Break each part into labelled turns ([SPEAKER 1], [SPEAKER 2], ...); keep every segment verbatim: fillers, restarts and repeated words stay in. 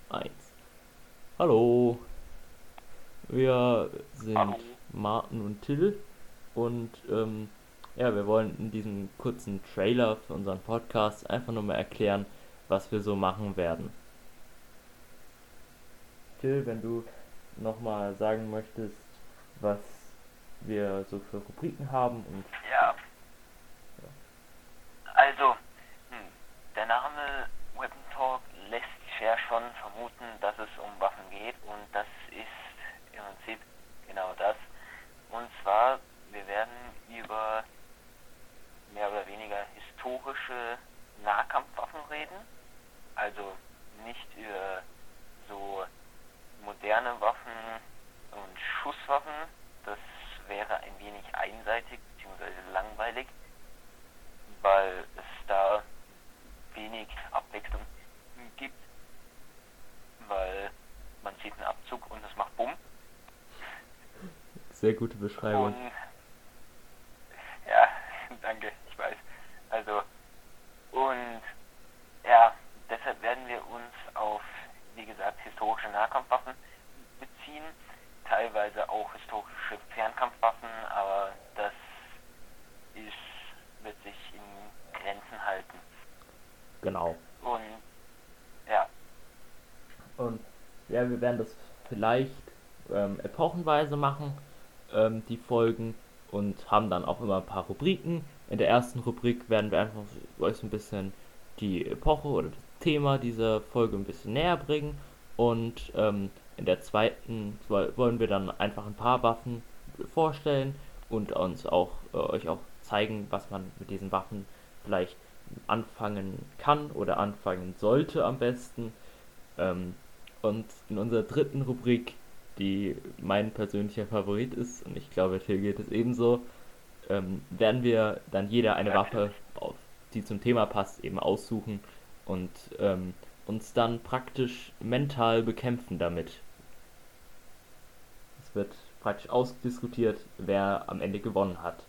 [SPEAKER 1] Eins. Hallo, wir sind
[SPEAKER 2] Hallo.
[SPEAKER 1] Martin und Till und ähm, ja, wir wollen in diesem kurzen Trailer für unseren Podcast einfach nur mal erklären, was wir so machen werden. Till, wenn du nochmal sagen möchtest, was wir so für Rubriken haben und
[SPEAKER 2] Ja, also, hm, der Name Weapon Talk lässt ja schon vermuten, dass es um Waffen geht, und das ist im Prinzip genau das. Und zwar, wir werden über mehr oder weniger historische Nahkampfwaffen reden, also nicht über so moderne Waffen und Schusswaffen. Das wäre ein wenig einseitig bzw. langweilig, weil es da wenig Abwechslung gibt, weil man sieht einen Abzug und es macht Bumm.
[SPEAKER 1] sehr gute Beschreibung.
[SPEAKER 2] Und ja, danke, ich weiß. Also, und ja, deshalb werden wir uns auf, wie gesagt, historische Nahkampfwaffen beziehen, teilweise auch historische Fernkampfwaffen, aber das ist, wird sich in Grenzen halten.
[SPEAKER 1] Genau.
[SPEAKER 2] Und ja,
[SPEAKER 1] Und ja, wir werden das vielleicht ähm, epochenweise machen, ähm, die Folgen, und haben dann auch immer ein paar Rubriken. In der ersten Rubrik werden wir einfach euch so ein bisschen die Epoche oder das Thema dieser Folge ein bisschen näher bringen. Und ähm, in der zweiten wollen wir dann einfach ein paar Waffen vorstellen und uns auch äh, euch auch zeigen, was man mit diesen Waffen vielleicht anfangen kann oder anfangen sollte am besten. Ähm, und in unserer dritten Rubrik, die mein persönlicher Favorit ist, und ich glaube, Till geht es ebenso, ähm, werden wir dann jeder eine Waffe,
[SPEAKER 2] natürlich.
[SPEAKER 1] auf, die zum Thema passt, eben aussuchen und ähm, uns dann praktisch mental bekämpfen damit. Es wird praktisch ausdiskutiert, wer am Ende gewonnen hat.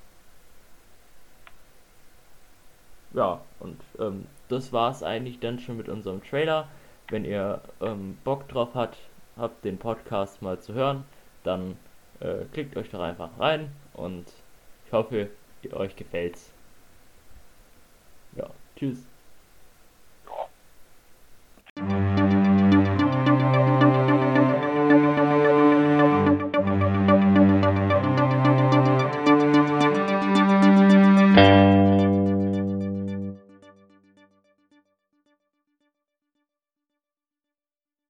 [SPEAKER 1] Ja, und ähm, das war es eigentlich dann schon mit unserem Trailer. Wenn ihr ähm, Bock drauf habt, habt, den Podcast mal zu hören, dann äh, klickt euch doch einfach rein und ich hoffe, ihr, euch gefällt's. Ja, tschüss.
[SPEAKER 2] Ja.